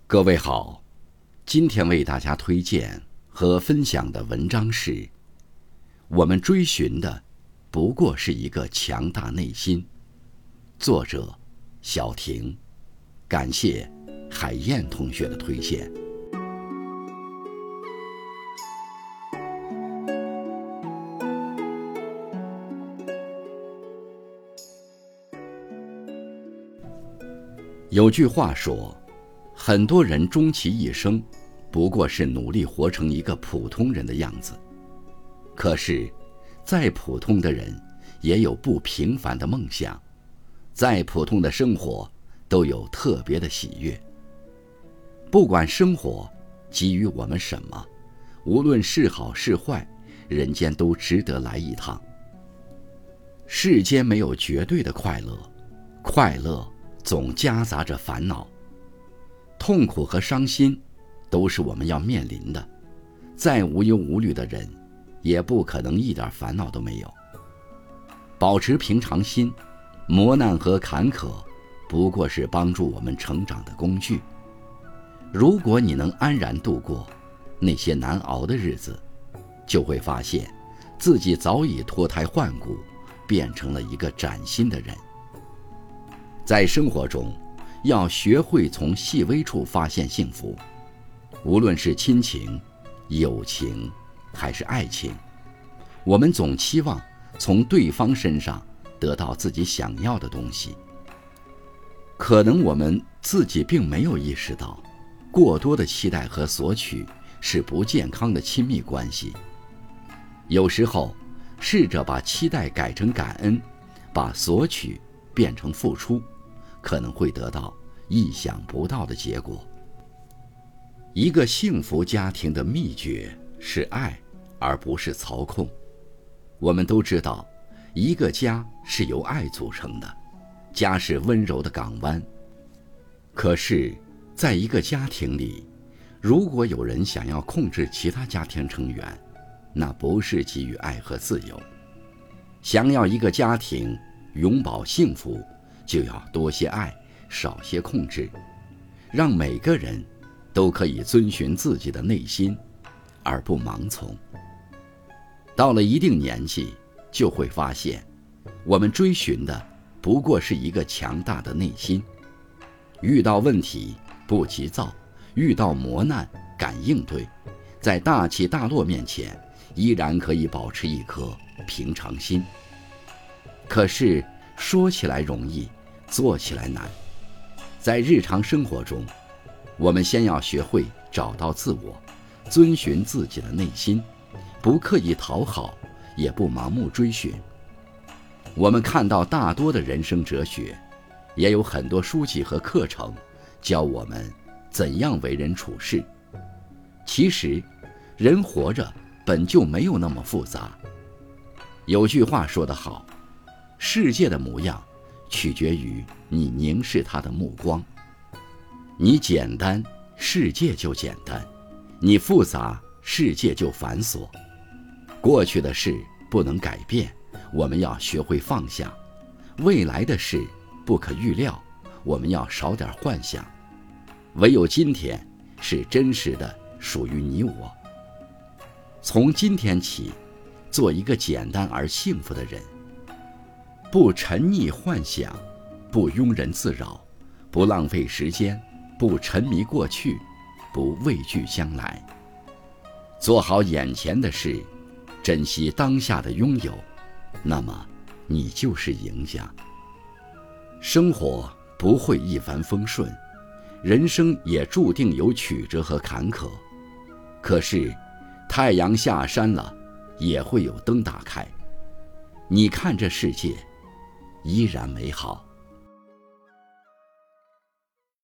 各位好，今天为大家推荐和分享的文章是：我们追寻的不过是一个强大内心。作者小婷，感谢海燕同学的推荐。有句话说，很多人终其一生不过是努力活成一个普通人的样子。可是再普通的人也有不平凡的梦想，再普通的生活都有特别的喜悦。不管生活给予我们什么，无论是好是坏，人间都值得来一趟。世间没有绝对的快乐，快乐总夹杂着烦恼。痛苦和伤心都是我们要面临的，再无忧无虑的人也不可能一点烦恼都没有。保持平常心，磨难和坎坷不过是帮助我们成长的工具。如果你能安然度过那些难熬的日子，就会发现自己早已脱胎换骨，变成了一个崭新的人。在生活中，要学会从细微处发现幸福，无论是亲情、友情还是爱情，我们总期望从对方身上得到自己想要的东西。可能我们自己并没有意识到，过多的期待和索取是不健康的亲密关系。有时候，试着把期待改成感恩，把索取变成付出，可能会得到意想不到的结果。一个幸福家庭的秘诀是爱，而不是操控。我们都知道，一个家是由爱组成的，家是温柔的港湾。可是，在一个家庭里，如果有人想要控制其他家庭成员，那不是给予爱和自由。想要一个家庭永葆幸福，就要多些爱，少些控制，让每个人都可以遵循自己的内心，而不盲从。到了一定年纪，就会发现，我们追寻的不过是一个强大的内心。遇到问题不急躁，遇到磨难敢应对，在大起大落面前，依然可以保持一颗平常心。可是说起来容易，做起来难。在日常生活中，我们先要学会找到自我，遵循自己的内心，不刻意讨好，也不盲目追寻。我们看到大多的人生哲学，也有很多书籍和课程教我们怎样为人处事。其实，人活着本就没有那么复杂。有句话说得好，世界的模样取决于你凝视它的目光。你简单，世界就简单；你复杂，世界就繁琐。过去的事不能改变，我们要学会放下；未来的事不可预料，我们要少点幻想。唯有今天是真实的属于你我。从今天起，做一个简单而幸福的人，不沉溺幻想，不庸人自扰，不浪费时间，不沉迷过去，不畏惧将来。做好眼前的事，珍惜当下的拥有，那么你就是赢家。生活不会一帆风顺，人生也注定有曲折和坎坷。可是太阳下山了，也会有灯打开。你看这世界依然美好。